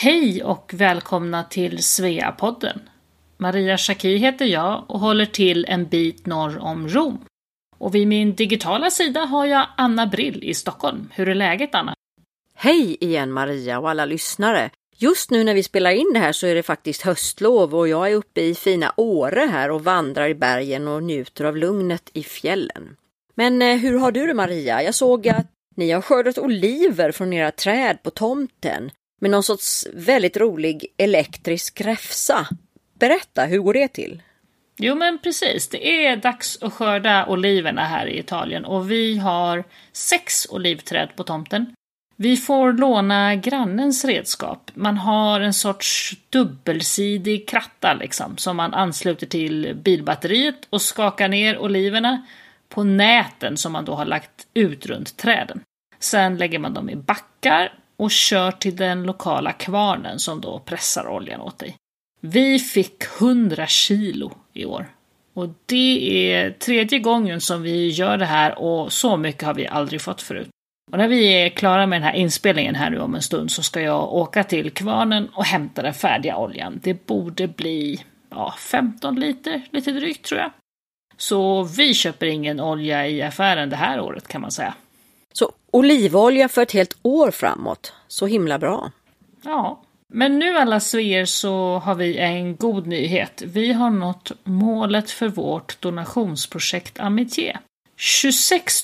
Hej och välkomna till Svea-podden. Maria Schacki heter jag och håller till en bit norr om Rom. Och vid min digitala sida har jag Anna Brill i Stockholm. Hur är läget, Anna? Hej igen Maria och alla lyssnare. Just nu när vi spelar in det här så är det faktiskt höstlov och jag är uppe i fina Åre här och vandrar i bergen och njuter av lugnet i fjällen. Men hur har du det, Maria? Jag såg att ni har skördat oliver från era träd på tomten med någon sorts väldigt rolig elektrisk räfsa. Berätta, hur går det till? Jo men precis, det är dags att skörda oliverna här i Italien och vi har 6 olivträd på tomten. Vi får låna grannens redskap. Man har en sorts dubbelsidig kratta liksom, som man ansluter till bilbatteriet och skakar ner oliverna på näten som man då har lagt ut runt träden. Sen lägger man dem i backar och kör till den lokala kvarnen som då pressar oljan åt dig. Vi fick 100 kilo i år. Och det är 3:e gången som vi gör det här och så mycket har vi aldrig fått förut. Och när vi är klara med den här inspelningen här nu om en stund så ska jag åka till kvarnen och hämta den färdiga oljan. Det borde bli 15 liter, lite drygt tror jag. Så vi köper ingen olja i affären det här året kan man säga. Så olivolja för ett helt år framåt, så himla bra. Ja, men nu alla sveer så har vi en god nyhet. Vi har nått målet för vårt donationsprojekt Amitié. 26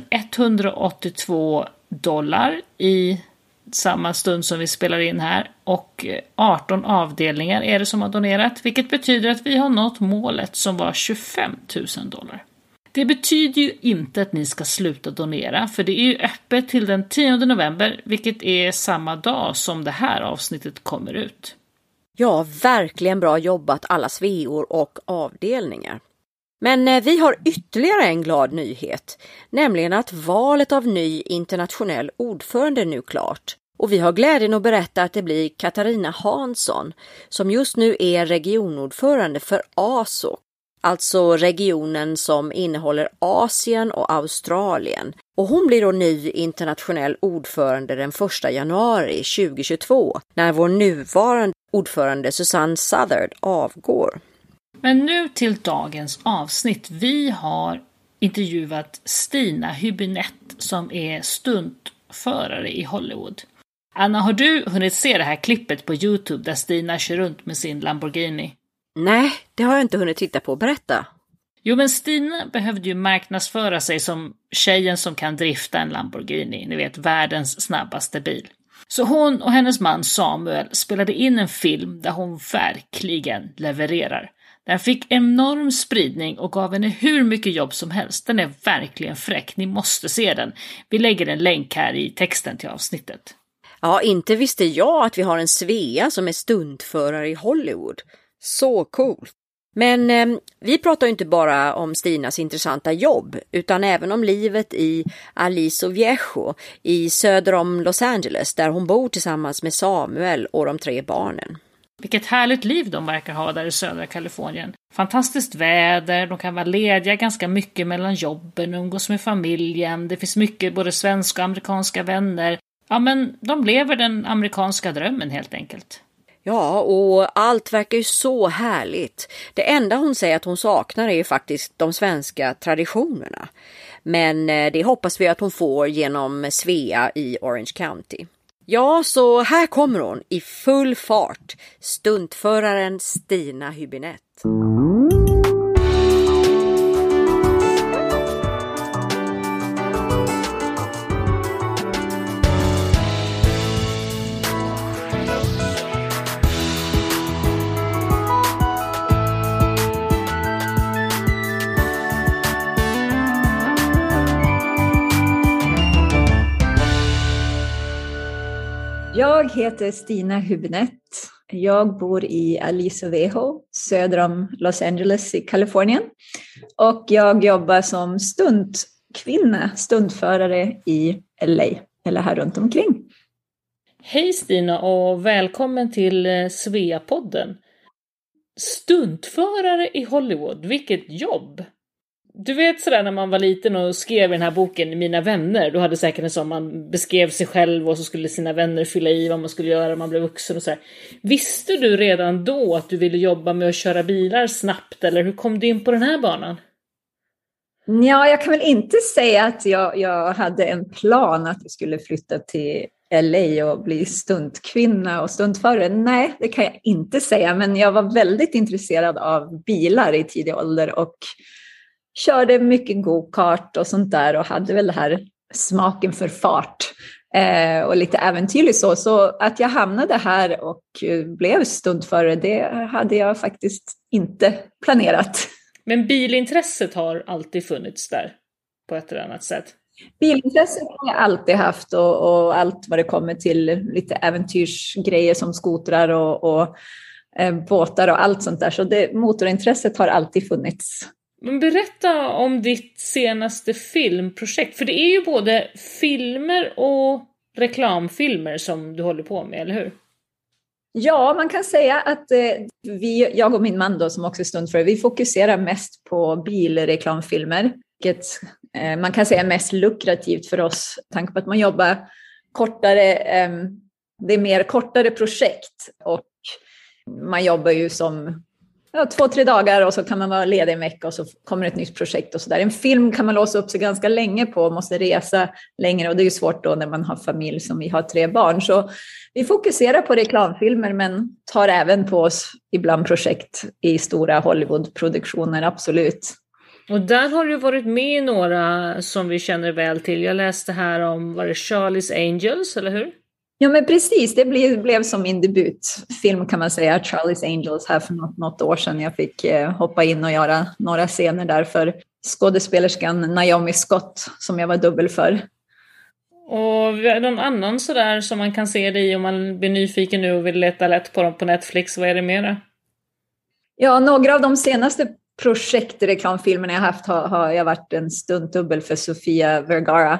182 dollar i samma stund som vi spelar in här och 18 avdelningar är det som har donerat, vilket betyder att vi har nått målet som var 25 000 dollar. Det betyder ju inte att ni ska sluta donera, för det är ju öppet till den 10 november, vilket är samma dag som det här avsnittet kommer ut. Ja, verkligen bra jobbat alla sveor och avdelningar. Men vi har ytterligare en glad nyhet, nämligen att valet av ny internationell ordförande är nu klart. Och vi har glädjen att berätta att det blir Katarina Hansson, som just nu är regionordförande för ASO. Alltså regionen som innehåller Asien och Australien. Och hon blir då ny internationell ordförande den 1 januari 2022 när vår nuvarande ordförande Susanne Southard avgår. Men nu till dagens avsnitt. Vi har intervjuat Stina Hübinette som är stuntförare i Hollywood. Anna, har du hunnit se det här klippet på YouTube där Stina kör runt med sin Lamborghini? Nej, det har jag inte hunnit titta på. Berätta. Jo, men Stina behövde ju marknadsföra sig som tjejen som kan drifta en Lamborghini. Ni vet, världens snabbaste bil. Så hon och hennes man Samuel spelade in en film där hon verkligen levererar. Den fick enorm spridning och gav henne hur mycket jobb som helst. Den är verkligen fräck, ni måste se den. Vi lägger en länk här i texten till avsnittet. Ja, inte visste jag att vi har en Svea som är stuntförare i Hollywood. Så coolt. Men vi pratar ju inte bara om Stinas intressanta jobb utan även om livet i Aliso Viejo i söder om Los Angeles där hon bor tillsammans med Samuel och de 3 barnen. Vilket härligt liv de verkar ha där i södra Kalifornien. Fantastiskt väder, de kan vara lediga ganska mycket mellan jobben, umgås med familjen, det finns mycket både svenska och amerikanska vänner. Ja, men de lever den amerikanska drömmen helt enkelt. Ja, och allt verkar ju så härligt. Det enda hon säger att hon saknar är ju faktiskt de svenska traditionerna. Men det hoppas vi att hon får genom Svea i Orange County. Ja, så här kommer hon i full fart. Stuntföraren Stina Hübinette. Jag heter Stina Hübinette. Jag bor i Aliso Viejo, söder om Los Angeles i Kalifornien. Och jag jobbar som stuntförare i LA, eller här runt omkring. Hej Stina och välkommen till Svea-podden. Stuntförare i Hollywood, vilket jobb! Du vet sådär när man var liten och skrev i den här boken Mina vänner, då hade säkert en sån, man beskrev sig själv och så skulle sina vänner fylla i vad man skulle göra när man blev vuxen och sådär. Visste du redan då att du ville jobba med att köra bilar snabbt, eller hur kom du in på den här banan? Ja, jag kan väl inte säga att jag hade en plan att jag skulle flytta till LA och bli stuntkvinna och stuntförare. Nej, det kan jag inte säga, men jag var väldigt intresserad av bilar i tidig ålder och körde mycket go-kart och sånt där och hade väl det här smaken för fart och lite äventyrligt så att jag hamnade här och blev stuntförare, det hade jag faktiskt inte planerat. Men bilintresset har alltid funnits där på ett eller annat sätt? Bilintresset har jag alltid haft och allt vad det kommer till lite äventyrsgrejer som skotrar och båtar och allt sånt där. Så motorintresset har alltid funnits. Men berätta om ditt senaste filmprojekt. För det är ju både filmer och reklamfilmer som du håller på med, eller hur? Ja, man kan säga att jag och min man då, som också är stuntförare, vi fokuserar mest på bilreklamfilmer. Vilket man kan säga är mest lukrativt för oss. Tanke på att man jobbar kortare, det är mer kortare projekt. Och man jobbar ju som 2-3 dagar och så kan man vara ledig en vecka och så kommer ett nytt projekt och sådär. En film kan man låsa upp sig ganska länge på och måste resa längre och det är ju svårt då när man har familj som vi har 3 barn. Så vi fokuserar på reklamfilmer men tar även på oss ibland projekt i stora Hollywoodproduktioner, absolut. Och där har du varit med i några som vi känner väl till. Jag läste här om, var det Charlie's Angels, eller hur? Ja, men precis. Det blev som min debutfilm kan man säga, Charlie's Angels, här för något år sedan. Jag fick hoppa in och göra några scener där för skådespelerskan Naomi Scott som jag var dubbel för. Och någon annan sådär som man kan se dig om man blir nyfiken nu och vill leta lätt på dem på Netflix, vad är det mera? Ja, några av de senaste projekt i reklamfilmerna jag haft har jag varit en stuntdubbel för Sofia Vergara.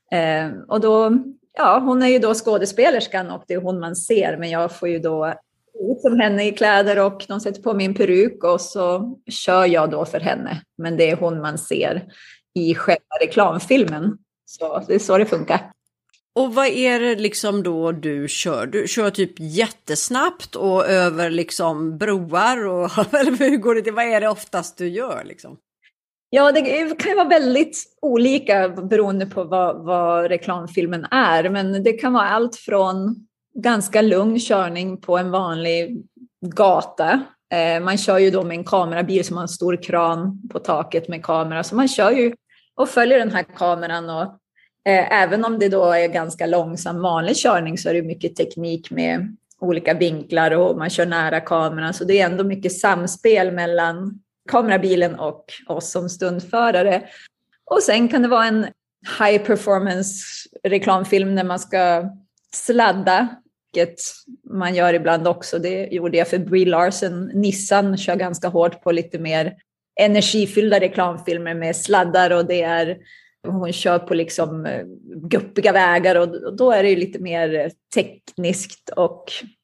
Och då, ja, hon är ju då skådespelerskan och det är hon man ser, men jag får ju då ut som henne i kläder och de sätter på min peruk och så kör jag då för henne. Men det är hon man ser i själva reklamfilmen. Så det är så det funkar. Och vad är det liksom då du kör? Du kör typ jättesnabbt och över liksom broar och hur går det till? Vad är det oftast du gör liksom? Ja, det kan ju vara väldigt olika beroende på vad reklamfilmen är. Men det kan vara allt från ganska lugn körning på en vanlig gata. Man kör ju då med en kamerabil som har en stor kran på taket med kamera. Så man kör ju och följer den här kameran och även om det då är ganska långsam vanlig körning så är det mycket teknik med olika vinklar och man kör nära kameran. Så det är ändå mycket samspel mellan kamerabilen och oss som stundförare. Och sen kan det vara en high performance reklamfilm när man ska sladda, vilket man gör ibland också. Det gjorde jag för Brie Larson. Nissan kör ganska hårt på lite mer energifyllda reklamfilmer med sladdar och det är hon kör på liksom guppiga vägar och då är det ju lite mer tekniskt och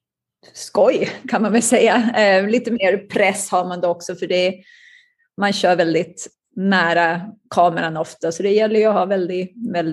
skoj kan man väl säga. Lite mer press har man då också för man kör väldigt nära kameran ofta så det gäller ju att ha väldigt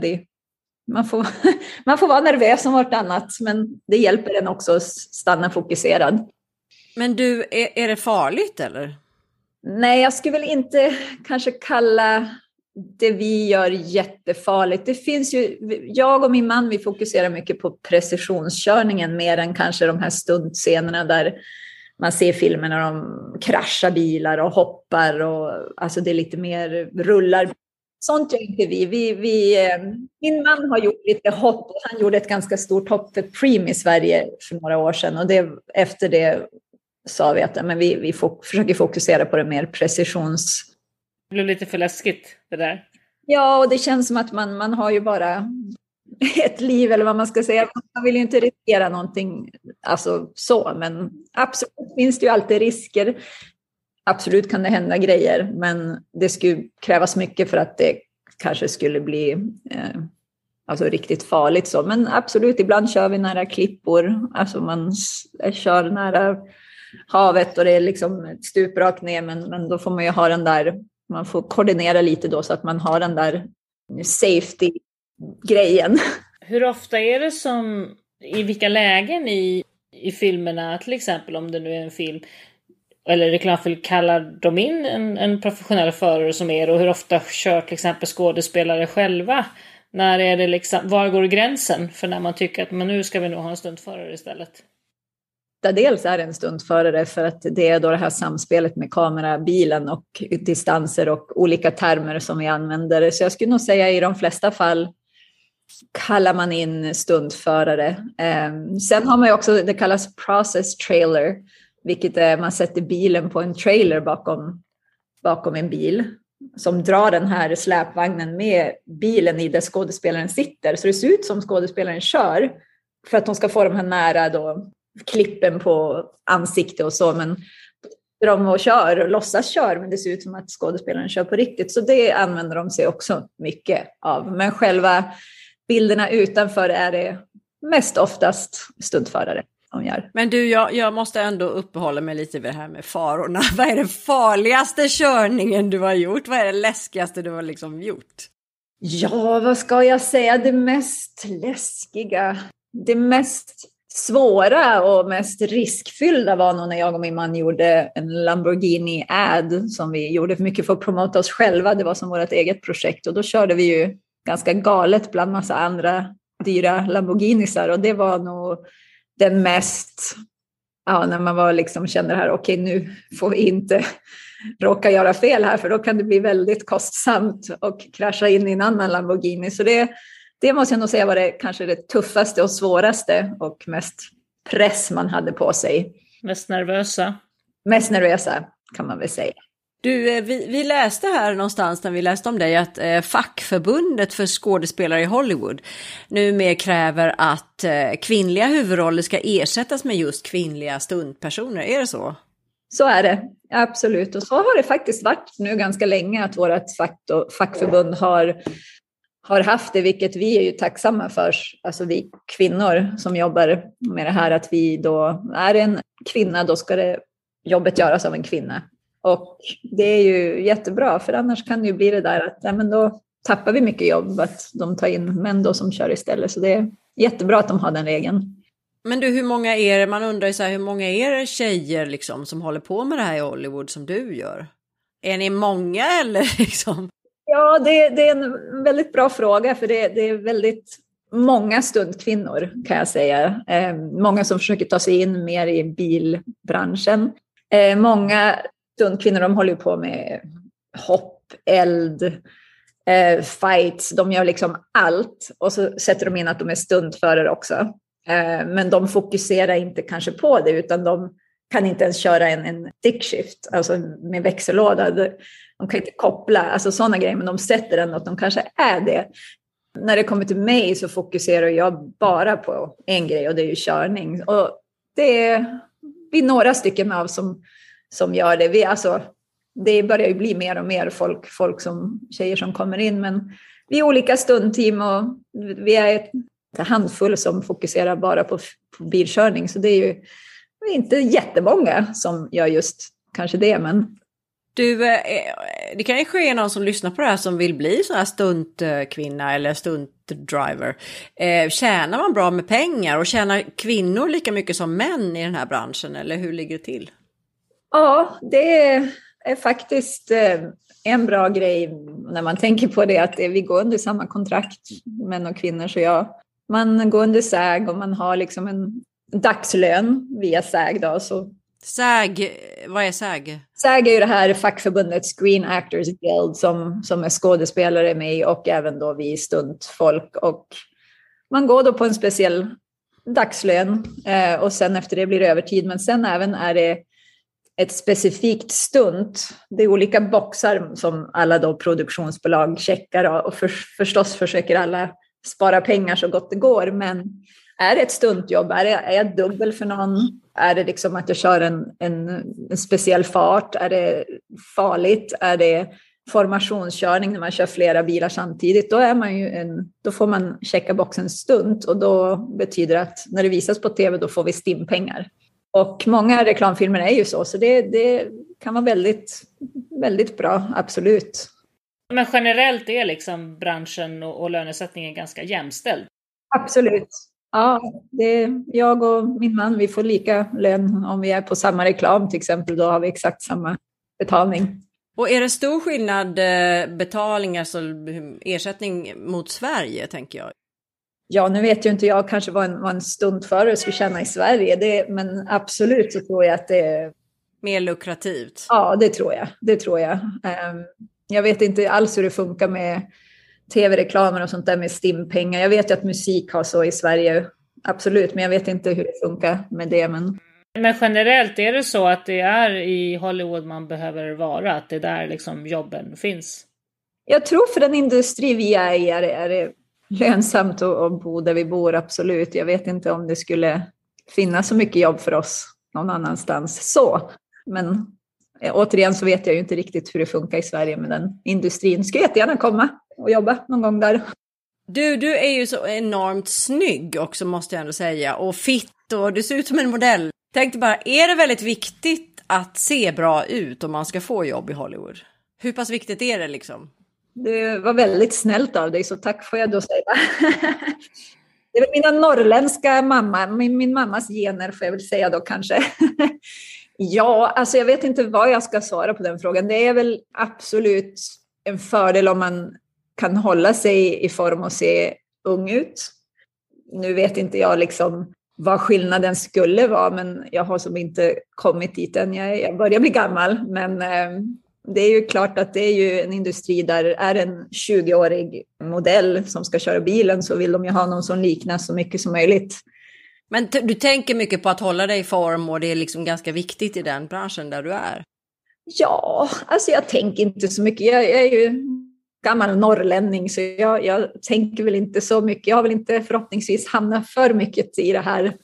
man får vara nervös om vartannat men det hjälper en också att stanna fokuserad. Men du, är det farligt eller? Nej, jag skulle väl inte kanske kalla det vi gör jättefarligt. Det finns ju, jag och min man vi fokuserar mycket på precisionskörningen mer än kanske de här stuntscenerna där man ser filmer när de kraschar bilar och hoppar och alltså det är lite mer rullar. Sånt gör inte vi. Min man har gjort lite hopp och han gjorde ett ganska stort hopp för Preem i Sverige för några år sedan och efter det sa vi att men vi försöker fokusera på det mer precisions. Det blev lite för läskigt det där. Ja, och det känns som att man har ju bara ett liv eller vad man ska säga. Man vill ju inte riskera någonting alltså så, men absolut finns det ju alltid risker. Absolut kan det hända grejer, men det skulle krävas mycket för att det kanske skulle bli alltså riktigt farligt så. Men absolut, ibland kör vi nära klippor, alltså man kör nära havet och det är liksom ett stuprakt ner, men då får man ju ha den där man får koordinera lite då så att man har den där safety-grejen. Hur ofta är det som, i vilka lägen i filmerna, till exempel om det nu är en film eller reklamfilm, kallar de in en professionell förare som er, och hur ofta kör till exempel skådespelare själva? När är det liksom, var går gränsen för när man tycker att men nu ska vi nog ha en stuntförare istället? Dels är det en stuntförare för att det är då det här samspelet med kamera, bilen och distanser och olika termer som vi använder. Så jag skulle nog säga i de flesta fall kallar man in stuntförare. Sen har man ju också, det kallas process trailer, vilket är man sätter bilen på en trailer bakom en bil som drar den här släpvagnen med bilen i där skådespelaren sitter. Så det ser ut som skådespelaren kör för att de ska få de här nära då klippen på ansikte och så, men de och kör och låtsas kör, men det ser ut som att skådespelaren kör på riktigt. Så det använder de sig också mycket av. Men själva bilderna utanför är det mest oftast stuntförare som gör. Men du, jag måste ändå uppehålla mig lite vid det här med farorna. Vad är den farligaste körningen du har gjort? Vad är det läskigaste du har liksom gjort? Ja, vad ska jag säga? Det mest läskiga, det mest svåra och mest riskfyllda var nog när jag och min man gjorde en Lamborghini-ad som vi gjorde för mycket för att promota oss själva. Det var som vårt eget projekt och då körde vi ju ganska galet bland massa andra dyra Lamborghinisar, och det var nog den mest, ja, när man var liksom kände här, okej, nu får vi inte råka göra fel här för då kan det bli väldigt kostsamt och krascha in i en annan Lamborghini. Så det måste jag nog säga var det kanske det tuffaste och svåraste och mest press man hade på sig. Mest nervösa? Mest nervösa kan man väl säga. Du, vi läste här någonstans när vi läste om dig att fackförbundet för skådespelare i Hollywood numera kräver att kvinnliga huvudroller ska ersättas med just kvinnliga stuntpersoner. Är det så? Så är det, absolut. Och så har det faktiskt varit nu ganska länge att vårt fackförbund har haft det, vilket vi är ju tacksamma för. Alltså vi kvinnor som jobbar med det här, att vi då är en kvinna, då ska det jobbet göras av en kvinna. Och det är ju jättebra, för annars kan det ju bli det där att men då tappar vi mycket jobb, att de tar in män då som kör istället. Så det är jättebra att de har den regeln. Men du, hur många är det, man undrar ju så här, hur många är det tjejer liksom som håller på med det här i Hollywood som du gör? Är ni många eller liksom? Ja, det är en väldigt bra fråga, för det är väldigt många stuntkvinnor kan jag säga. Många som försöker ta sig in mer i bilbranschen. Många stuntkvinnor, de håller på med hopp, eld, fights. De gör liksom allt och så sätter de in att de är stuntförare också. Men de fokuserar inte kanske på det, utan de kan inte ens köra en stickshift, alltså med växellåda. De kan inte koppla, alltså sådana grejer, men de sätter ändå att de kanske är det. När det kommer till mig så fokuserar jag bara på en grej, och det är ju körning. Och det är vi några stycken av som gör det. Det börjar ju bli mer och mer folk som tjejer som kommer in, men vi är olika stuntteam och vi är ett handfull som fokuserar bara på bilkörning, så det är ju inte jättemånga som gör just kanske det, men du, det kan ju ske någon som lyssnar på det här som vill bli sån här stuntkvinna eller stuntdriver. Tjänar man bra med pengar och tjänar kvinnor lika mycket som män i den här branschen, eller hur ligger det till? Ja, det är faktiskt en bra grej när man tänker på det, att vi går under samma kontrakt, män och kvinnor, så man går under SAG och man har liksom en dagslön via SAG då, så SAG, vad är SAG? SAG är ju det här fackförbundet Screen Actors Guild som är skådespelare med, och även då vi stuntfolk, och man går då på en speciell dagslön och sen efter det blir det övertid, men sen även är det ett specifikt stunt. Det är olika boxar som alla då produktionsbolag checkar, och förstås försöker alla spara pengar så gott det går, men är det ett stuntjobb? Är jag dubbel för någon? Är det liksom att jag kör en speciell fart? Är det farligt? Är det formationskörning när man kör flera bilar samtidigt? Då är man ju då får man checka boxen stunt, och då betyder det att när det visas på tv då får vi stimpengar. Och många reklamfilmer är ju så det kan vara väldigt, väldigt bra, absolut. Men generellt är liksom branschen och lönesättningen ganska jämställd? Absolut. Ja, jag och min man, vi får lika lön om vi är på samma reklam till exempel. Då har vi exakt samma betalning. Och är det stor skillnad betalning, alltså ersättning mot Sverige, tänker jag? Ja, nu vet ju inte jag kanske vad en stund före skulle känna i Sverige. Men absolut så tror jag att det är... Mer lukrativt? Ja, det tror jag. Jag vet inte alls hur det funkar med tv-reklamer och sånt där med stimpengar. Jag vet ju att musik har så i Sverige, absolut. Men jag vet inte hur det funkar med det. Men generellt är det så att det är i Hollywood man behöver vara? Att det är där liksom jobben finns? Jag tror för den industri vi är i är det lönsamt att bo där vi bor, absolut. Jag vet inte om det skulle finnas så mycket jobb för oss någon annanstans. Så, men återigen så vet jag ju inte riktigt hur det funkar i Sverige med den industrin. Skulle jättegärna komma och jobba någon gång där. Du är ju så enormt snygg också, måste jag ändå säga. Och fit, och du ser ut som en modell. Tänkte bara, är det väldigt viktigt att se bra ut om man ska få jobb i Hollywood? Hur pass viktigt är det liksom? Det var väldigt snällt av dig, så tack får jag då säga. Det är mina norrländska min mammas gener får jag väl säga då kanske. Ja, alltså jag vet inte vad jag ska svara på den frågan. Det är väl absolut en fördel om man kan hålla sig i form och se ung ut. Nu vet inte jag liksom vad skillnaden skulle vara, men jag har som inte kommit dit än. Jag börjar bli gammal, men det är ju klart att det är ju en industri där är en 20-årig modell som ska köra bilen, så vill de ju ha någon som liknar så mycket som möjligt. Men du tänker mycket på att hålla dig i form, och det är liksom ganska viktigt i den branschen där du är? Ja, alltså jag tänker inte så mycket. Jag är ju gammal norrlänning, så jag tänker väl inte så mycket. Jag har väl inte förhoppningsvis hamnat för mycket i det här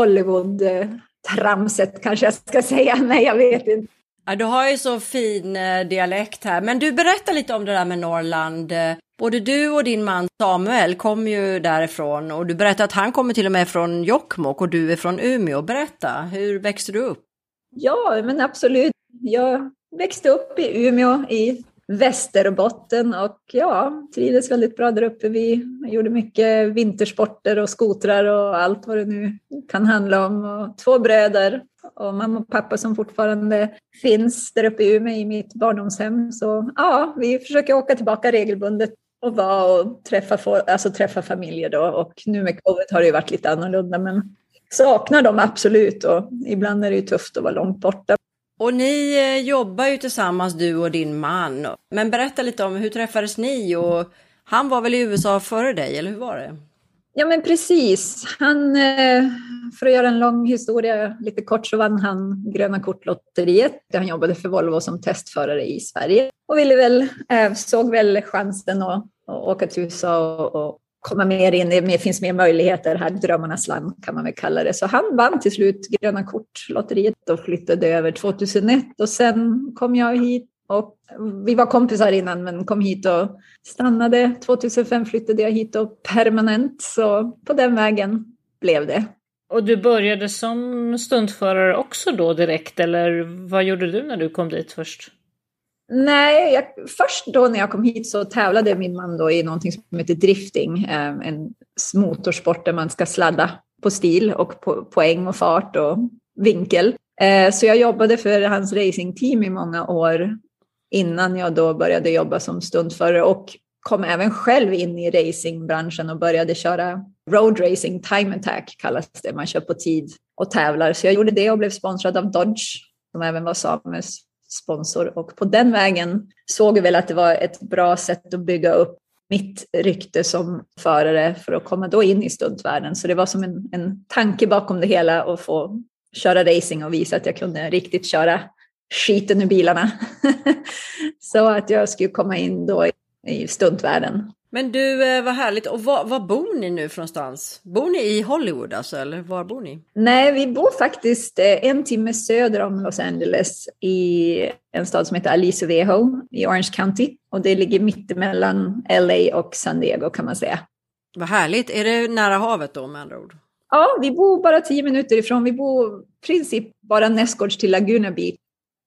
Hollywood-tramset kanske jag ska säga. Nej, jag vet inte. Ja, du har ju så fin dialekt här. Men du, berättar lite om det där med Norrland. Både du och din man Samuel kom ju därifrån, och du berättade att han kommer till och med från Jokkmokk och du är från Umeå. Berätta, hur växte du upp? Ja, men absolut. Jag växte upp i Umeå i Västerbotten och trivdes väldigt bra där uppe. Vi gjorde mycket vintersporter och skotrar och allt vad det nu kan handla om. Och 2 bröder och mamma och pappa som fortfarande finns där uppe i Umeå i mitt barndomshem. Så vi försöker åka tillbaka regelbundet och träffa familjer då. Och nu med covid har det ju varit lite annorlunda, men saknar dem absolut, och ibland är det ju tufft att vara långt borta. Och ni jobbar ju tillsammans, du och din man. Men berätta lite om hur träffades ni, och han var väl i USA före dig, eller hur var det? Ja, men precis. Han, för att göra en lång historia lite kort, så vann han Gröna kortlotteriet. Han jobbade för Volvo som testförare i Sverige och såg väl chansen att åka till USA och komma mer in. Det finns mer möjligheter här, drömmarnas land kan man väl kalla det. Så han vann till slut Gröna kortlotteriet och flyttade över 2001. Och sen kom jag hit, och vi var kompisar innan, men kom hit och stannade. 2005 flyttade jag hit och permanent, så på den vägen blev det. Och du började som stuntförare också då direkt, eller vad gjorde du när du kom dit först? Nej, först då när jag kom hit så tävlade min man då i någonting som heter drifting. En motorsport där man ska sladda på stil och på poäng och fart och vinkel. Så jag jobbade för hans racingteam i många år innan jag då började jobba som stuntförare, och kom även själv in i racingbranschen och började köra road racing, time attack kallas det. Man kör på tid och tävlar. Så jag gjorde det och blev sponsrad av Dodge, som även var Samuels sponsor, och på den vägen såg jag väl att det var ett bra sätt att bygga upp mitt rykte som förare för att komma då in i stuntvärlden. Så det var som en tanke bakom det hela, att få köra racing och visa att jag kunde riktigt köra skiten ur bilarna. Så att jag skulle komma in då i stuntvärlden. Men du, vad härligt. Och var bor ni nu någonstans? Bor ni i Hollywood alltså, eller var bor ni? Nej, vi bor faktiskt 1 timme söder om Los Angeles i en stad som heter Aliso Viejo i Orange County. Och det ligger mittemellan LA och San Diego kan man säga. Vad härligt. Är det nära havet då med andra ord? Ja, vi bor bara 10 minuter ifrån. Vi bor i princip bara nästgårds till Laguna Beach.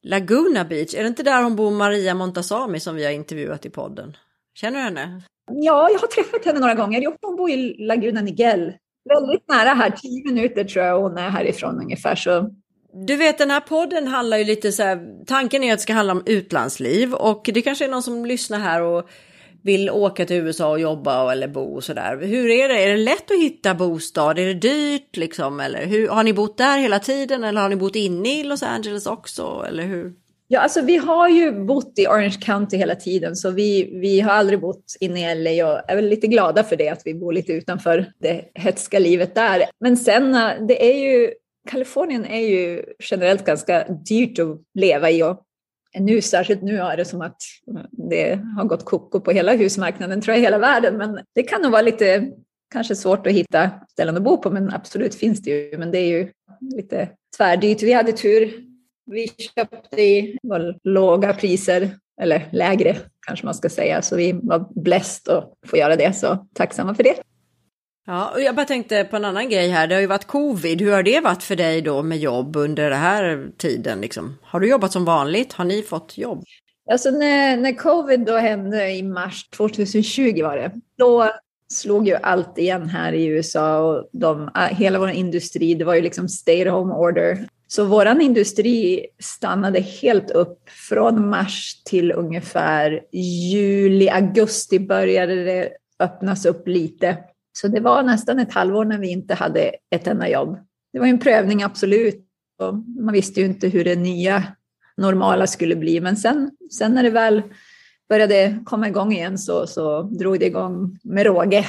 Laguna Beach, är det inte där hon bor, Maria Montazami, som vi har intervjuat i podden? Känner du henne? Ja, jag har träffat henne några gånger. Hon bor i Laguna Niguel. Väldigt nära här, 10 minuter tror jag hon är härifrån ungefär. Så. Du vet, den här podden handlar ju lite så här, tanken är att det ska handla om utlandsliv, och det kanske är någon som lyssnar här och vill åka till USA och jobba eller bo och sådär. Hur är det? Är det lätt att hitta bostad? Är det dyrt liksom? Eller har ni bott där hela tiden, eller har ni bott inne i Los Angeles också? Eller hur? Ja, alltså vi har ju bott i Orange County hela tiden, så vi har aldrig bott inne i LA, och är väl lite glada för det, att vi bor lite utanför det hetska livet där. Men sen, det är ju, Kalifornien är ju generellt ganska dyrt att leva i, och nu, särskilt nu är det som att det har gått koko på hela husmarknaden, tror jag, i hela världen. Men det kan nog vara lite kanske svårt att hitta ställen att bo på, men absolut finns det ju. Men det är ju lite tvärdyrt. Vi hade tur. Vi köpte i låga priser, eller lägre kanske man ska säga. Så vi var blessed att få göra det, så tacksamma för det. Ja, och jag bara tänkte på en annan grej här. Det har ju varit covid. Hur har det varit för dig då med jobb under den här tiden? Liksom? Har du jobbat som vanligt? Har ni fått jobb? Alltså när covid då hände i mars 2020 var det. Då slog ju allt igen här i USA, och hela vår industri, det var ju liksom stay at home order. Så våran industri stannade helt upp från mars till ungefär juli, augusti började det öppnas upp lite. Så det var nästan ett halvår när vi inte hade ett enda jobb. Det var en prövning, absolut. Och man visste ju inte hur det nya normala skulle bli. Men sen när det väl började komma igång igen så drog det igång med råge.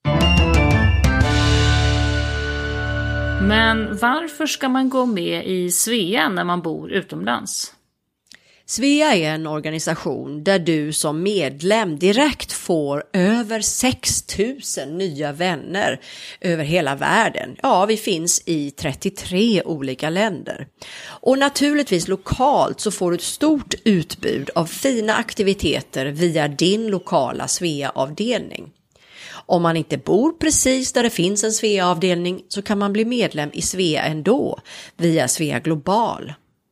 Men varför ska man gå med i Svea när man bor utomlands? Svea är en organisation där du som medlem direkt får över 6 000 nya vänner över hela världen. Ja, vi finns i 33 olika länder. Och naturligtvis lokalt så får du ett stort utbud av fina aktiviteter via din lokala Svea-avdelning. Om man inte bor precis där det finns en Svea-avdelning så kan man bli medlem i Svea ändå via Svea Global.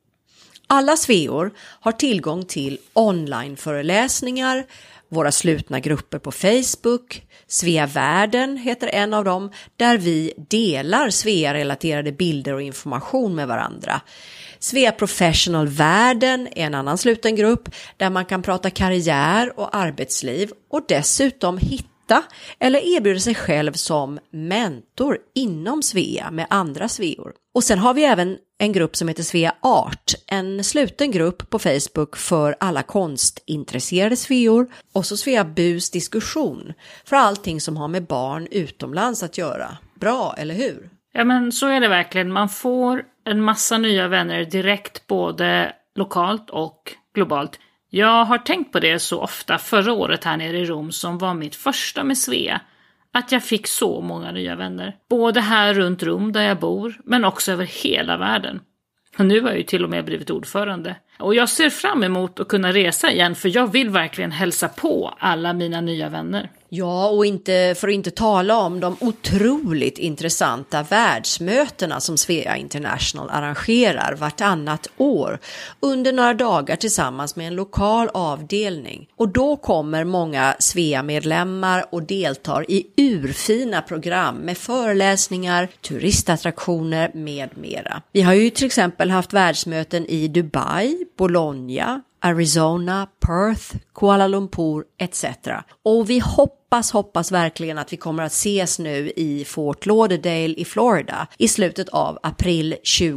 Alla Sveor har tillgång till onlineföreläsningar, våra slutna grupper på Facebook, Svea Världen heter en av dem, där vi delar Svea-relaterade bilder och information med varandra. Svea Professional Världen är en annan sluten grupp där man kan prata karriär och arbetsliv och dessutom hitta eller erbjuda sig själv som mentor inom Svea med andra Sveor. Och sen har vi även en grupp som heter Svea Art, en sluten grupp på Facebook för alla konstintresserade Sveor, och så Svea Bus diskussion för allting som har med barn utomlands att göra. Bra, eller hur? Ja, men så är det verkligen. Man får en massa nya vänner direkt både lokalt och globalt. Jag har tänkt på det så ofta förra året här nere i Rom, som var mitt första med Svea, att jag fick så många nya vänner. Både här runt Rom där jag bor, men också över hela världen. Och nu har jag ju till och med blivit ordförande. Och jag ser fram emot att kunna resa igen, för jag vill verkligen hälsa på alla mina nya vänner. Ja, och för att inte tala om de otroligt intressanta världsmötena som Svea International arrangerar vartannat år under några dagar tillsammans med en lokal avdelning. Och då kommer många Svea-medlemmar och deltar i urfina program med föreläsningar, turistattraktioner med mera. Vi har ju till exempel haft världsmöten i Dubai, Bologna, Arizona, Perth, Kuala Lumpur etc. Och vi hoppas verkligen att vi kommer att ses nu i Fort Lauderdale i Florida i slutet av april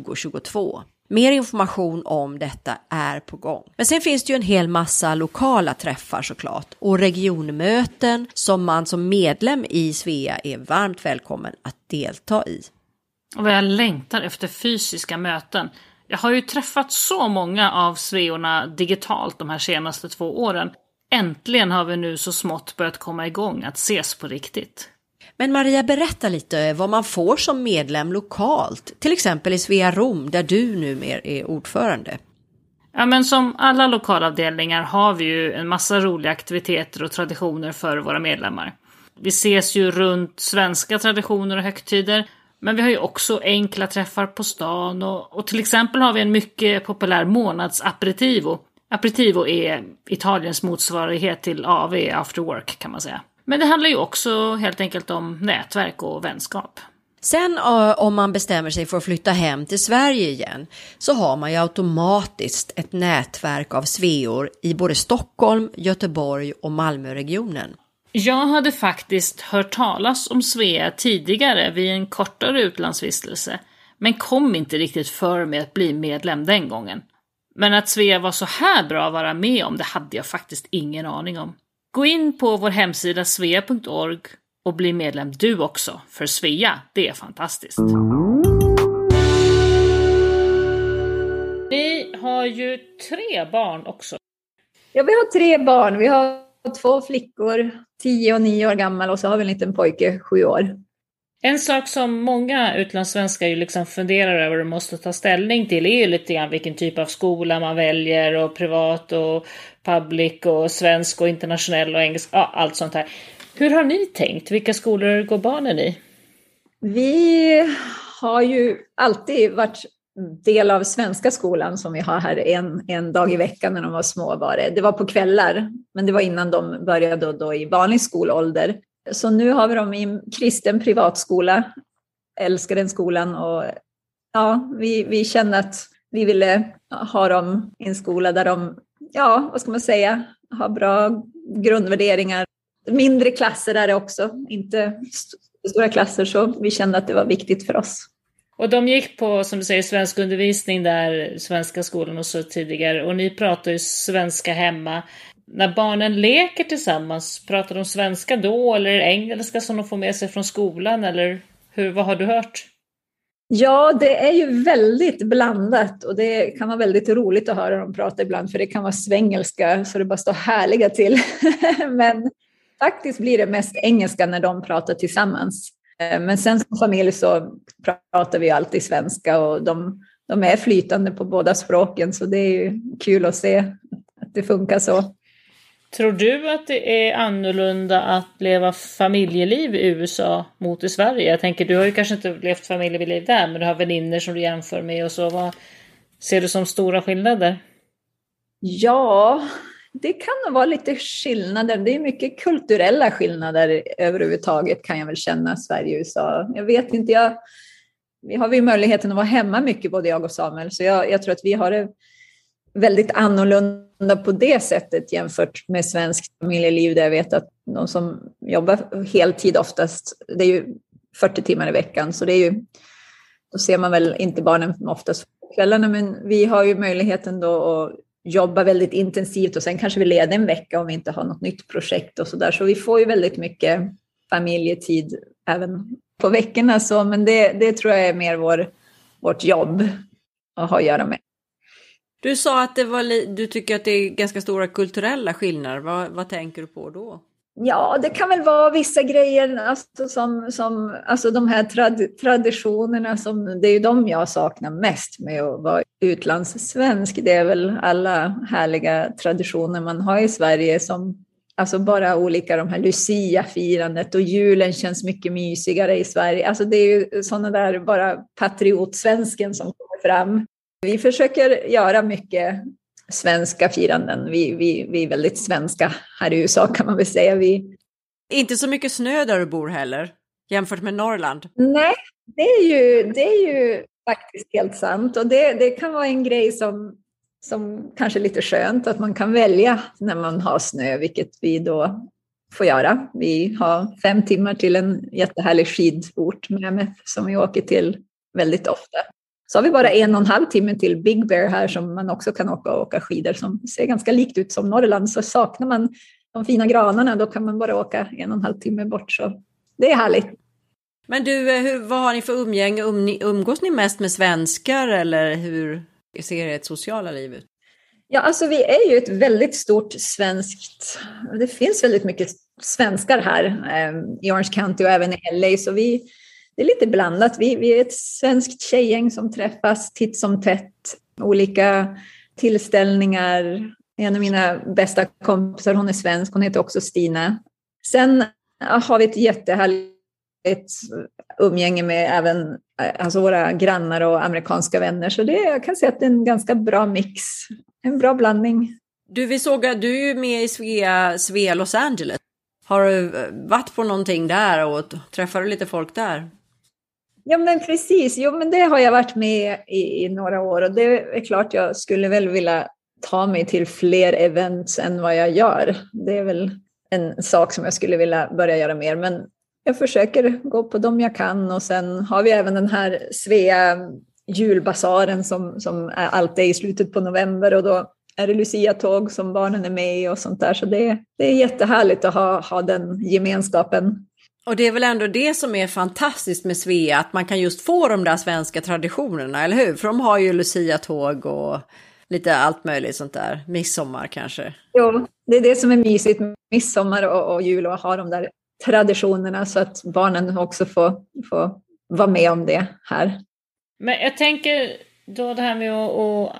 2022. Mer information om detta är på gång. Men sen finns det ju en hel massa lokala träffar såklart, och regionmöten som man som medlem i Svea är varmt välkommen att delta i. Och jag längtar efter fysiska möten. Jag har ju träffat så många av sveorna digitalt de här senaste 2 åren. Äntligen har vi nu så smått börjat komma igång att ses på riktigt. Men Maria, berätta lite vad man får som medlem lokalt. Till exempel i Svea Rom där du numera är ordförande. Ja, men som alla lokalavdelningar har vi ju en massa roliga aktiviteter och traditioner för våra medlemmar. Vi ses ju runt svenska traditioner och högtider. Men vi har ju också enkla träffar på stan och till exempel har vi en mycket populär månadsaperitivo. Aperitivo är Italiens motsvarighet till AV, after work kan man säga. Men det handlar ju också helt enkelt om nätverk och vänskap. Sen om man bestämmer sig för att flytta hem till Sverige igen så har man ju automatiskt ett nätverk av sveor i både Stockholm, Göteborg och Malmöregionen. Jag hade faktiskt hört talas om Svea tidigare vid en kortare utlandsvistelse, men kom inte riktigt för med att bli medlem den gången. Men att Svea var så här bra att vara med om, det hade jag faktiskt ingen aning om. Gå in på vår hemsida svea.org och bli medlem du också, för Svea, det är fantastiskt. Vi har ju 3 barn också. Ja, vi har 3 barn. Vi har 2 flickor, 10 och 9 år gammal, och så har vi en liten pojke, 7 år. En sak som många utlandssvenskar ju liksom funderar över och måste ta ställning till är ju lite grann vilken typ av skola man väljer, och privat och public och svensk och internationell och engelsk, ja, allt sånt här. Hur har ni tänkt? Vilka skolor går barnen i? Vi har ju alltid varit del av svenska skolan som vi har här en dag i veckan när de var små. Det var på kvällar, men det var innan de började då i vanlig skolålder. Så nu har vi dem i kristen privatskola. Älskar den skolan, och ja, vi känner att vi ville ha dem i en skola där de, ja, vad ska man säga, har bra grundvärderingar. Mindre klasser är det också, inte stora klasser, så vi kände att det var viktigt för oss. Och de gick på, som du säger, svensk undervisning där, svenska skolan och så tidigare, och ni pratar ju svenska hemma. När barnen leker tillsammans, pratar de svenska då eller engelska som de får med sig från skolan, eller vad har du hört? Ja, det är ju väldigt blandat, och det kan vara väldigt roligt att höra dem prata ibland, för det kan vara svengelska så det bara står härliga till. Men faktiskt blir det mest engelska när de pratar tillsammans. Men sen som familj så pratar vi alltid svenska, och de är flytande på båda språken, så det är ju kul att se att det funkar så. Tror du att det är annorlunda att leva familjeliv i USA mot i Sverige? Jag tänker, du har ju kanske inte levt familjeliv där, men du har vänner som du jämför med och så. Vad ser du som stora skillnader? Ja, det kan nog vara lite skillnader. Det är mycket kulturella skillnader överhuvudtaget, kan jag väl känna, Sverige och USA. Jag vet inte, vi har ju möjligheten att vara hemma mycket, både jag och Samuel. Så jag tror att vi har det väldigt annorlunda på det sättet jämfört med svenskt familjeliv, där jag vet att de som jobbar heltid oftast, det är ju 40 timmar i veckan, så det är ju, då ser man väl inte barnen oftast på kvällarna, men vi har ju möjligheten då att jobba väldigt intensivt, och sen kanske vi leder en vecka om vi inte har något nytt projekt och sådär, så vi får ju väldigt mycket familjetid även på veckorna, så, men det tror jag är mer vårt jobb att ha att göra med. Du sa att du tycker att det är ganska stora kulturella skillnader. Vad tänker du på då? Ja, det kan väl vara vissa grejer, alltså de här traditionerna, det är ju de jag saknar mest med att vara utlandssvensk. Det är väl alla härliga traditioner man har i Sverige, som alltså bara olika, de här Lucia-firandet, och julen känns mycket mysigare i Sverige. Alltså det är ju sådana där bara patriotsvensken som kommer fram. Vi försöker göra mycket svenska firanden. Vi är väldigt svenska här i USA, kan man väl säga. Inte så mycket snö där du bor heller, jämfört med Norrland. Nej, det är ju faktiskt helt sant. Och det kan vara en grej som kanske är lite skönt, att man kan välja när man har snö, vilket vi då får göra. Vi har 5 timmar till en jättehärlig skidort med som vi åker till väldigt ofta. Så har vi bara 1,5 timme till Big Bear här, som man också kan åka skidor, som ser ganska likt ut som Norrland. Så saknar man de fina granarna, då kan man bara åka 1,5 timme bort. Så det är härligt. Men du, vad har ni för umgänge? Umgås ni mest med svenskar, eller hur ser ert sociala liv ut? Ja, alltså vi är ju ett väldigt stort svenskt, det finns väldigt mycket svenskar här i Orange County och även i LA, så det är lite blandat. Vi är ett svenskt tjejgäng som träffas titt som tätt, olika tillställningar. En av mina bästa kompisar, hon är svensk, hon heter också Stina. Sen har vi ett jättehärligt umgänge med även alltså våra grannar och amerikanska vänner. Så jag kan säga att det är en ganska bra mix, en bra blandning. Vi såg att du är ju med i Svea Los Angeles. Har du varit på någonting där och träffar du lite folk där? Ja men precis, men det har jag varit med i några år och det är klart jag skulle väl vilja ta mig till fler events än vad jag gör. Det är väl en sak som jag skulle vilja börja göra mer, men jag försöker gå på dem jag kan och sen har vi även den här Svea julbasaren som alltid är i slutet på november och då är det Lucia-tåg som barnen är med i och sånt där. Så det är jättehärligt att ha den gemenskapen. Och det är väl ändå det som är fantastiskt med Svea, att man kan just få de där svenska traditionerna, eller hur? För de har ju Lucia-tåg och lite allt möjligt sånt där. Midsommar kanske. Jo, det är det som är mysigt med midsommar och jul och ha de där traditionerna så att barnen också får vara med om det här. Men jag tänker då det här med att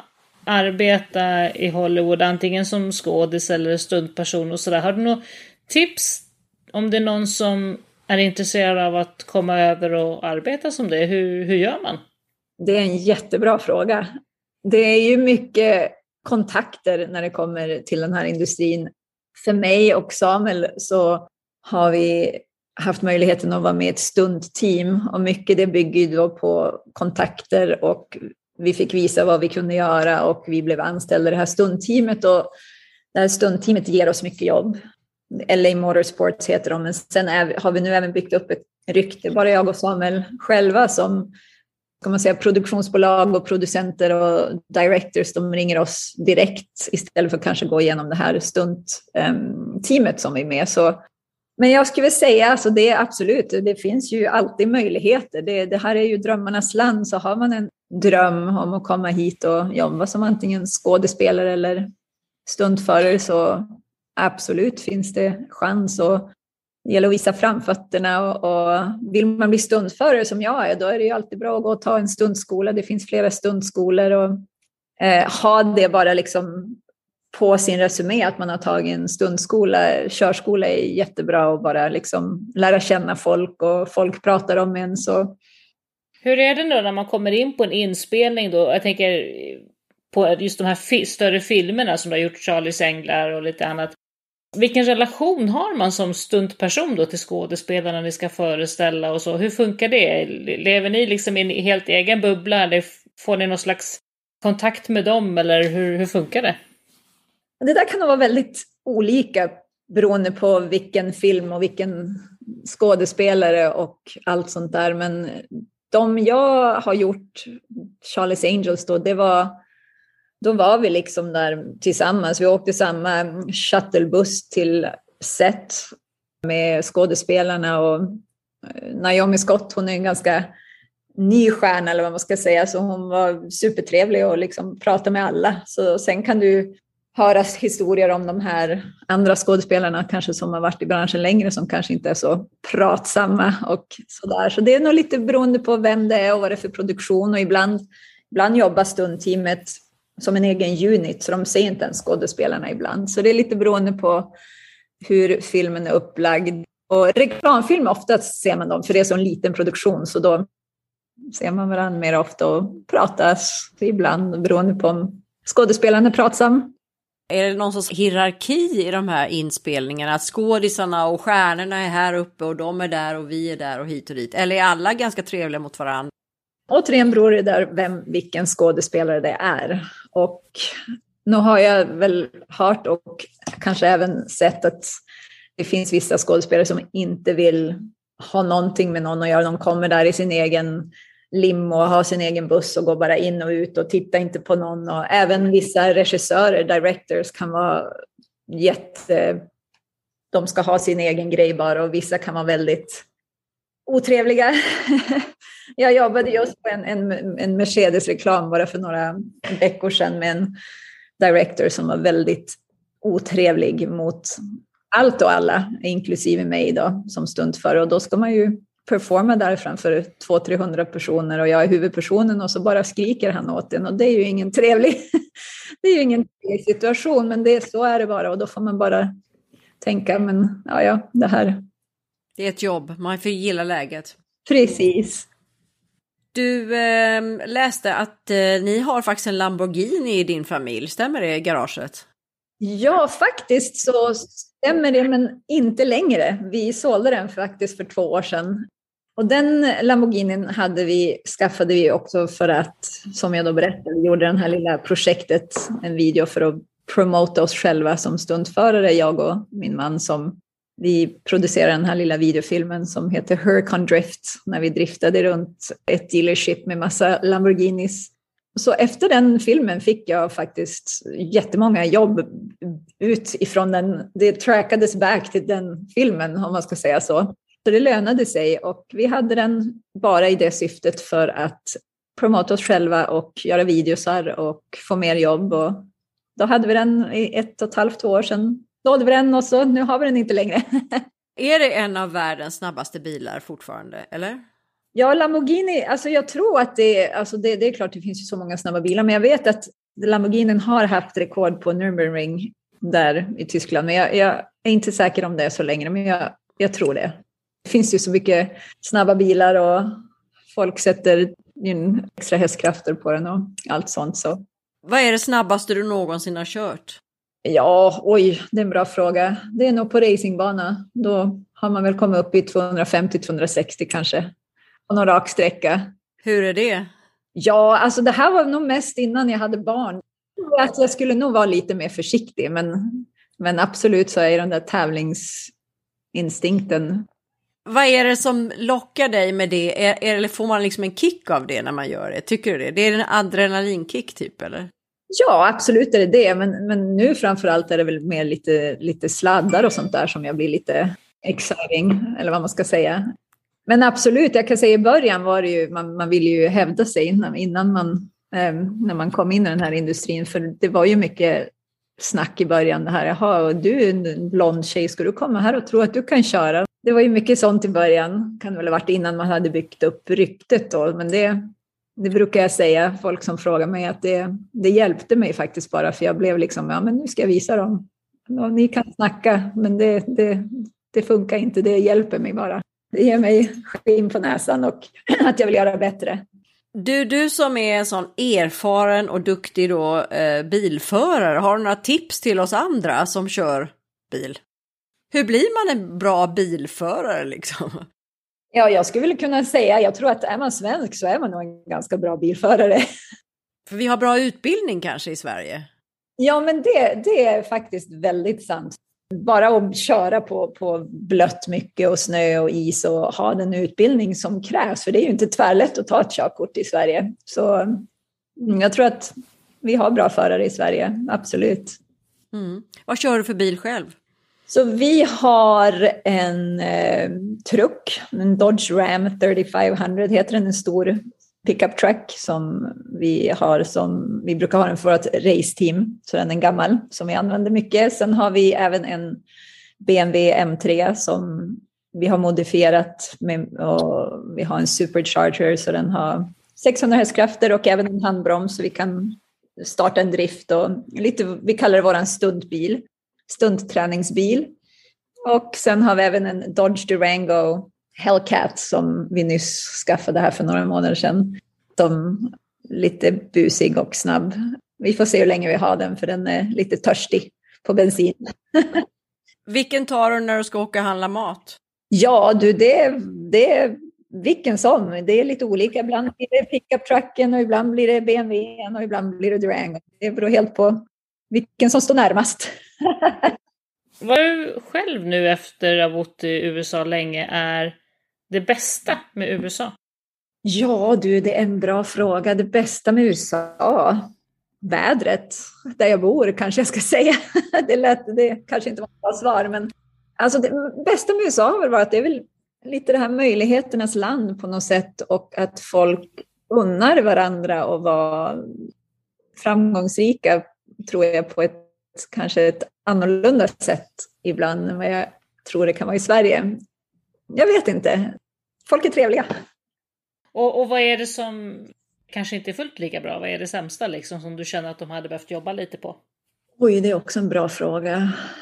arbeta i Hollywood, antingen som skådis eller stuntperson och sådär. Har du några tips om det är någon som är intresserad av att komma över och arbeta som det? Hur gör man? Det är en jättebra fråga. Det är ju mycket kontakter när det kommer till den här industrin. För mig och Samuel så har vi haft möjligheten att vara med i ett stuntteam och mycket det bygger då på kontakter och vi fick visa vad vi kunde göra och vi blev anställda i det här stuntteamet och det här stuntteamet ger oss mycket jobb. LA Motorsports heter de, men sen har vi nu även byggt upp ett rykte, bara jag och Samuel själva som kan man säga, produktionsbolag och producenter och directors, de ringer oss direkt istället för att kanske gå igenom det här stuntteamet som är med. Så, men jag skulle säga, alltså det är absolut, det finns ju alltid möjligheter. Det här är ju drömmarnas land, så har man en dröm om att komma hit och jobba som antingen skådespelare eller stuntförare så absolut finns det chans och det gäller att visa framfötterna och vill man bli stuntförare som jag är, då är det ju alltid bra att gå och ta en stuntskola. Det finns flera stuntskolor och ha det bara liksom på sin resumé att man har tagit en stuntskola. Körskola är jättebra och bara liksom lära känna folk och folk pratar om en. Så. Hur är det nu när man kommer in på en inspelning då? Jag tänker på just de här större filmerna som har gjort Charlies änglar och lite annat. Vilken relation har man som stuntperson då till skådespelarna ni ska föreställa och så? Hur funkar det? Lever ni liksom i en helt egen bubbla eller får ni någon slags kontakt med dem eller hur funkar det? Det där kan nog vara väldigt olika beroende på vilken film och vilken skådespelare och allt sånt där. Men de jag har gjort, Charlie's Angels då var vi liksom där tillsammans. Vi åkte samma shuttlebuss till set med skådespelarna och Naomi Scott, hon är en ganska ny stjärna eller vad man ska säga, så hon var supertrevlig och liksom pratade med alla. Så sen kan du höra historier om de här andra skådespelarna kanske som har varit i branschen längre som kanske inte är så pratsamma och sådär. Så det är nog lite beroende på vem det är och vad det är för produktion och ibland jobbar stuntteamet som en egen unit, så de ser inte ens skådespelarna ibland. Så det är lite beroende på hur filmen är upplagd. Och reklamfilm oftast ser man dem, för det är så en liten produktion, så då ser man varandra mer ofta och pratas ibland beroende på om skådespelaren är pratsam. Är det någon sorts hierarki i de här inspelningarna? Att skådisarna och stjärnorna är här uppe och de är där och vi är där och hit och dit? Eller är alla ganska trevliga mot varandra? Återigen beror det där vilken skådespelare det är. Och nu har jag väl hört och kanske även sett att det finns vissa skådespelare som inte vill ha någonting med någon att göra. De kommer där i sin egen limo och har sin egen buss och går bara in och ut och tittar inte på någon. Och även vissa regissörer, directors, kan vara de ska ha sin egen grej bara, och vissa kan vara väldigt otrevliga. Jag jobbade just på en Mercedes-reklam bara för några veckor sedan med en director som var väldigt otrevlig mot allt och alla, inklusive mig då, som stuntförare. Och då ska man ju performa där framför 200-300 personer och jag är huvudpersonen och så bara skriker han åt en, och det är ju ingen trevlig situation, men så är det bara, och då får man bara tänka, men ja, det här. Det är ett jobb, man får gilla läget. Precis. Du läste att ni har faktiskt en Lamborghini i din familj, stämmer det i garaget? Ja, faktiskt så stämmer det, men inte längre. Vi sålde den faktiskt för 2 år sedan. Och den Lamborghinin skaffade vi också för att, som jag då berättade, vi gjorde det här lilla projektet, en video för att promota oss själva som stuntförare, jag och min man, som vi producerade den här lilla videofilmen som heter Huracan Drift, när vi driftade runt ett dealership med massa Lamborghinis. Så efter den filmen fick jag faktiskt jättemånga jobb utifrån den. Det trackades back till den filmen, om man ska säga så. Så det lönade sig, och vi hade den bara i det syftet för att promota oss själva och göra videosar och få mer jobb. Och då hade vi den i 1,5-2 år sedan. Då hade vi den, och så nu har vi den inte längre. Är det en av världens snabbaste bilar fortfarande, eller? Ja, Lamborghini, alltså jag tror att det är klart det finns ju så många snabba bilar, men jag vet att Lamborghini har haft rekord på Nürburgring där i Tyskland, men jag är inte säker om det är så länge, men jag tror det. Det finns ju så mycket snabba bilar och folk sätter in extra hästkrafter på den och allt sånt. Så. Vad är det snabbaste du någonsin har kört? Ja, det är en bra fråga. Det är nog på racingbana. Då har man väl kommit upp i 250-260 kanske. På någon rak sträcka. Hur är det? Ja, alltså det här var nog mest innan jag hade barn. Jag skulle nog vara lite mer försiktig, men absolut så är den där tävlingsinstinkten. Vad är det som lockar dig med det? Eller får man liksom en kick av det när man gör det? Tycker du det? Det är en adrenalinkick typ, eller? Ja, absolut är det. Men nu framförallt är det väl mer lite sladdar och sånt där som jag blir lite exciting, eller vad man ska säga. Men absolut, jag kan säga i början var det ju, man ville ju hävda sig innan när man kom in i den här industrin. För det var ju mycket snack i början det här. Jaha, och du är en blond tjej, ska du komma här och tro att du kan köra? Det var ju mycket sånt i början. Kan väl ha varit innan man hade byggt upp ryktet då. Men det brukar jag säga, folk som frågar mig, att det hjälpte mig faktiskt bara. För jag blev liksom, ja men nu ska jag visa dem. Och ni kan snacka, men det funkar inte, det hjälper mig bara. Det ger mig skinn på näsan och att jag vill göra bättre. Du som är en sån erfaren och duktig då, bilförare, har du några tips till oss andra som kör bil? Hur blir man en bra bilförare liksom? Ja, jag skulle väl kunna säga, jag tror att är man svensk så är man nog en ganska bra bilförare. För vi har bra utbildning kanske i Sverige. Ja, men det är faktiskt väldigt sant. Bara att köra på blött mycket och snö och is och ha den utbildning som krävs. För det är ju inte tvärlätt att ta ett körkort i Sverige. Så jag tror att vi har bra förare i Sverige, absolut. Mm. Vad kör du för bil själv? Så vi har en truck, en Dodge Ram 3500 heter den, en stor pickup truck som vi brukar ha den för ett raceteam, så den är en gammal som vi använder mycket. Sen har vi även en BMW M3 som vi har modifierat och vi har en supercharger så den har 600 hästkrafter och även en handbroms så vi kan starta en drift och vi kallar det våran stuntträningsbil. Och sen har vi även en Dodge Durango Hellcat som vi nyss skaffade här för några månader sedan. Som lite busig och snabb. Vi får se hur länge vi har den för den är lite törstig på bensin. Vilken tar du när du ska åka och handla mat? Ja du, det är vilken som. Det är lite olika. Ibland blir det pickup-trucken och ibland blir det BMW och ibland blir det Durango. Det beror helt på vilken som står närmast. Vad du själv nu efter att ha bott i USA länge är det bästa med USA? Ja du, det är en bra fråga. Det bästa med USA? Vädret. Där jag bor kanske jag ska säga. Det kanske inte var ett bra svar. Men alltså det bästa med USA har väl varit att det är väl lite det här möjligheternas land på något sätt. Och att folk unnar varandra och vara framgångsrika tror jag på kanske ett annorlunda sätt ibland än vad jag tror det kan vara i Sverige. Jag vet inte. Folk är trevliga. Och vad är det som kanske inte är fullt lika bra? Vad är det sämsta liksom, som du känner att de hade behövt jobba lite på? Oj, det är också en bra fråga.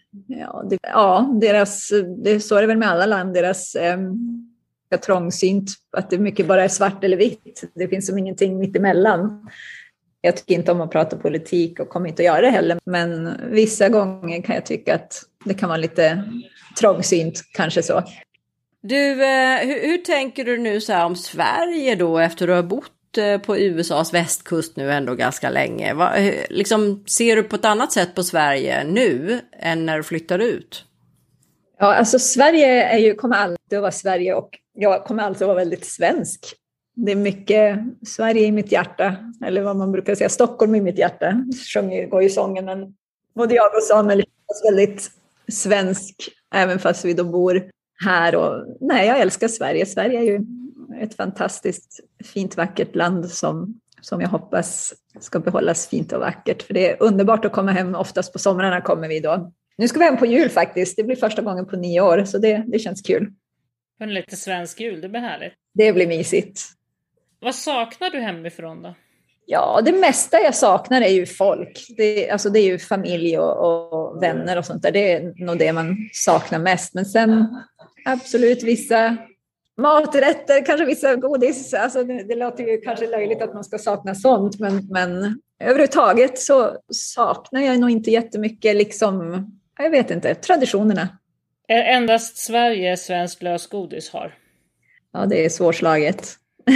det så är det väl med alla land, deras trångsynt, att det mycket bara är svart eller vitt. Det finns som ingenting mitt emellan. Jag tycker inte om att prata politik och kommer inte att göra det heller, men vissa gånger kan jag tycka att det kan vara lite trångsynt, kanske så. Du, hur tänker du nu så här om Sverige då, efter du har bott på USAs västkust nu ändå ganska länge? Liksom, ser du på ett annat sätt på Sverige nu än när du flyttar ut? Ja, alltså Sverige kommer alltid att vara Sverige, och jag kommer alltid att vara väldigt svensk. Det är mycket Sverige i mitt hjärta, eller vad man brukar säga, Stockholm i mitt hjärta. Går ju sången, men både jag och Samuel är väldigt svensk, även fast vi då bor här. Och nej, jag älskar Sverige. Sverige är ju ett fantastiskt fint, vackert land som jag hoppas ska behållas fint och vackert. För det är underbart att komma hem, oftast på somrarna kommer vi då. Nu ska vi hem på jul faktiskt. Det blir första gången på 9 år, så det känns kul. En lite svensk jul, det blir härligt. Det blir mysigt. Vad saknar du hemifrån då? Ja, det mesta jag saknar är ju folk. Det är ju familj och vänner och sånt där. Det är nog det man saknar mest. Men sen absolut vissa maträtter, kanske vissa godis. Alltså det låter ju kanske löjligt att man ska sakna sånt. Men överhuvudtaget så saknar jag nog inte jättemycket, liksom, jag vet inte, traditionerna. Endast Sverige svensk lösgodis har. Ja, det är svårslaget.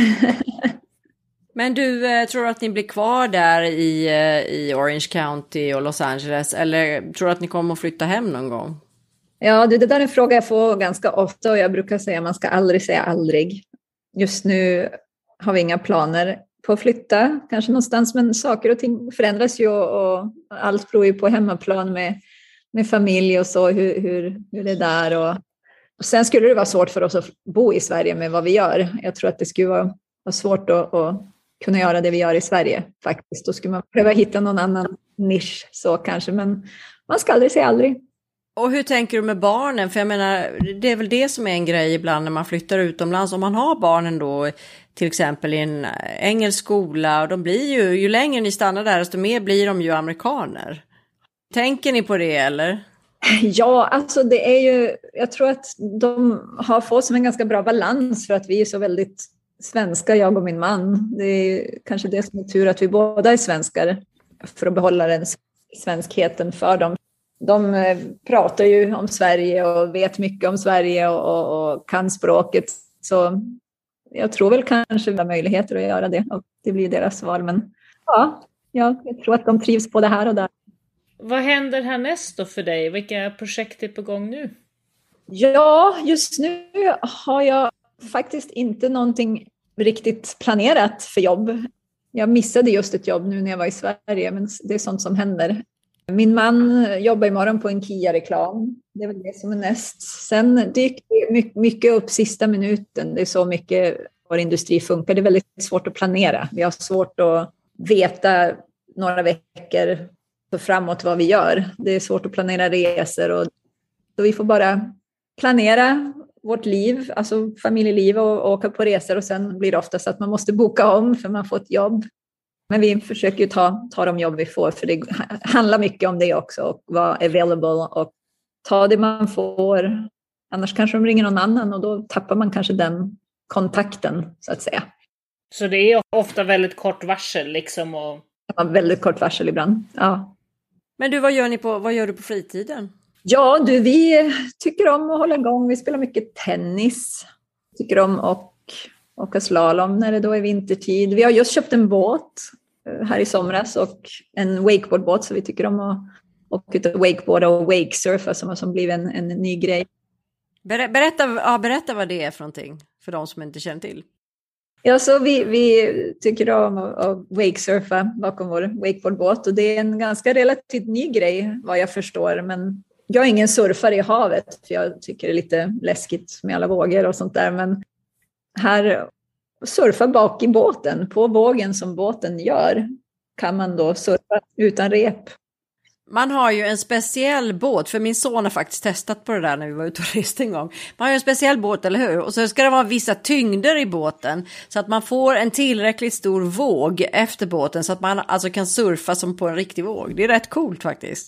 Men du, tror att ni blir kvar där i Orange County och Los Angeles, eller tror att ni kommer att flytta hem någon gång? Ja, det där är en fråga jag får ganska ofta, och jag brukar säga att man ska aldrig säga aldrig. Just nu har vi inga planer på att flytta, kanske någonstans, men saker och ting förändras ju, och allt beror ju på hemmaplan med familj och så, hur det är där. Och sen skulle det vara svårt för oss att bo i Sverige med vad vi gör. Jag tror att det skulle vara svårt att kunna göra det vi gör i Sverige faktiskt. Då skulle man behöva hitta någon annan nisch så kanske, men man ska aldrig säga aldrig. Och hur tänker du med barnen? För jag menar, det är väl det som är en grej ibland när man flyttar utomlands. Om man har barnen då till exempel i en engelsk skola, och de blir ju längre ni stannar där, desto mer blir de ju amerikaner. Tänker ni på det eller? Ja, alltså det är ju, jag tror att de har fått som en ganska bra balans, för att vi är så väldigt svenska, jag och min man. Det är kanske det som är tur, att vi båda är svenskar, för att behålla den svenskheten för dem. De pratar ju om Sverige och vet mycket om Sverige och kan språket. Så jag tror väl kanske vi har möjligheter att göra det, och det blir deras val. Men ja, jag tror att de trivs både här och där. Vad händer härnäst då för dig? Vilka projekt är på gång nu? Ja, just nu har jag faktiskt inte någonting riktigt planerat för jobb. Jag missade just ett jobb nu när jag var i Sverige, men det är sånt som händer. Min man jobbar imorgon på en Kia-reklam. Det är väl det som är näst. Sen dyker mycket upp sista minuten. Det är så mycket vår industri funkar. Det är väldigt svårt att planera. Vi har svårt att veta några veckor framåt vad vi gör. Det är svårt att planera resor. Så vi får bara planera vårt liv, alltså familjeliv, och åka på resor. Och sen blir det ofta så att man måste boka om för man får ett jobb. Men vi försöker ju ta de jobb vi får, för det handlar mycket om det också, och vara available och ta det man får. Annars kanske de ringer någon annan, och då tappar man kanske den kontakten, så att säga. Så det är ofta väldigt kort varsel liksom? Ja, väldigt kort varsel ibland, ja. Men du, vad gör du på fritiden? Ja, vi tycker om att hålla igång. Vi spelar mycket tennis. Tycker om att åka slalom när det då är vintertid. Vi har just köpt en båt här i somras, och en wakeboardbåt, så vi tycker om att åka ut och wakeboarda och wakesurfa som blivit en ny grej. Berätta vad det är för någonting för de som inte känner till. Ja, så vi tycker om att wakesurfa bakom vår wakeboardbåt, och det är en ganska relativt ny grej vad jag förstår, men jag är ingen surfare i havet, för jag tycker det är lite läskigt med alla vågor och sånt där, men här surfa bak i båten, på vågen som båten gör, kan man då surfa utan rep. Man har ju en speciell båt, för min son har faktiskt testat på det där när vi var ute och reste en gång. Man har ju en speciell båt, eller hur? Och så ska det vara vissa tyngder i båten, så att man får en tillräckligt stor våg efter båten, så att man alltså kan surfa som på en riktig våg. Det är rätt coolt faktiskt.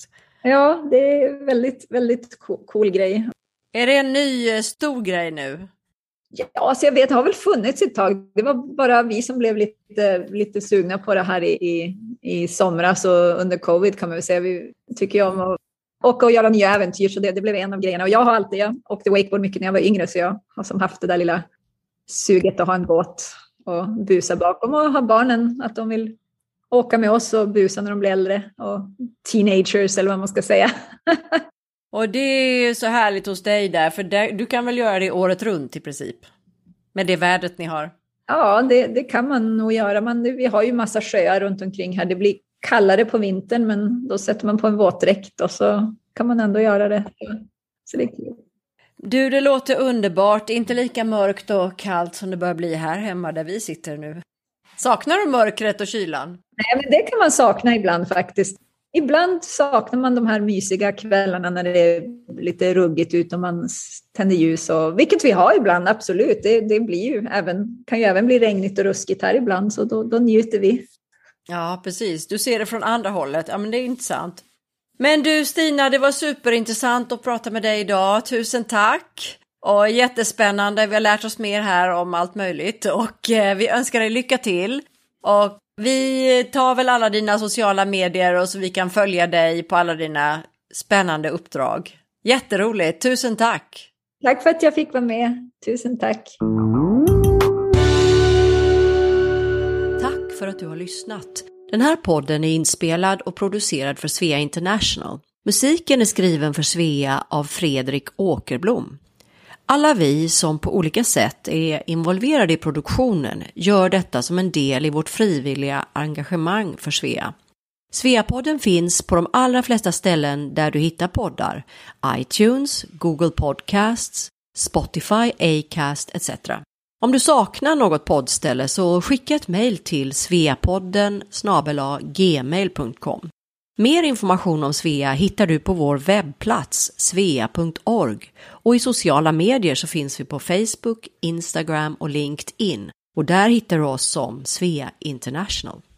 Ja, det är väldigt, väldigt cool grej. Är det en ny stor grej nu? Ja, alltså jag vet, det har väl funnits ett tag. Det var bara vi som blev lite sugna på det här i somras och under covid kan man väl säga. Vi tycker ju om att åka och göra nya äventyr, så det blev en av grejerna. Och jag åkte wakeboard mycket när jag var yngre, så jag har som haft det där lilla suget att ha en båt och busa bakom och ha barnen att de vill åka med oss och busa när de blir äldre och teenagers eller vad man ska säga. Och det är så härligt hos dig där, för du kan väl göra det året runt i princip? Med det vädret ni har. Ja, det kan man nog göra. Vi har ju massa sjöar runt omkring här. Det blir kallare på vintern, men då sätter man på en våtdräkt och så kan man ändå göra det. Så det är kul. Du, det låter underbart. Inte lika mörkt och kallt som det börjar bli här hemma där vi sitter nu. Saknar du mörkret och kylan? Nej, men det kan man sakna ibland faktiskt. Ibland saknar man de här mysiga kvällarna när det är lite ruggigt ut och man tänder ljus. Vilket vi har ibland, absolut. Det blir ju kan ju även bli regnigt och ruskigt här ibland, så då njuter vi. Ja, precis. Du ser det från andra hållet. Ja, men det är intressant. Men du Stina, det var superintressant att prata med dig idag. Tusen tack. Och jättespännande. Vi har lärt oss mer här om allt möjligt. Och vi önskar dig lycka till. Och vi tar väl alla dina sociala medier och så vi kan följa dig på alla dina spännande uppdrag. Jätteroligt. Tusen tack. Tack för att jag fick vara med. Tusen tack. Tack för att du har lyssnat. Den här podden är inspelad och producerad för Svea International. Musiken är skriven för Svea av Fredrik Åkerblom. Alla vi som på olika sätt är involverade i produktionen gör detta som en del i vårt frivilliga engagemang för Svea. Svea-podden finns på de allra flesta ställen där du hittar poddar. iTunes, Google Podcasts, Spotify, Acast etc. Om du saknar något poddställe så skicka ett mejl till sveapodden@gmail.com. Mer information om Svea hittar du på vår webbplats svea.org och i sociala medier så finns vi på Facebook, Instagram och LinkedIn och där hittar du oss som Svea International.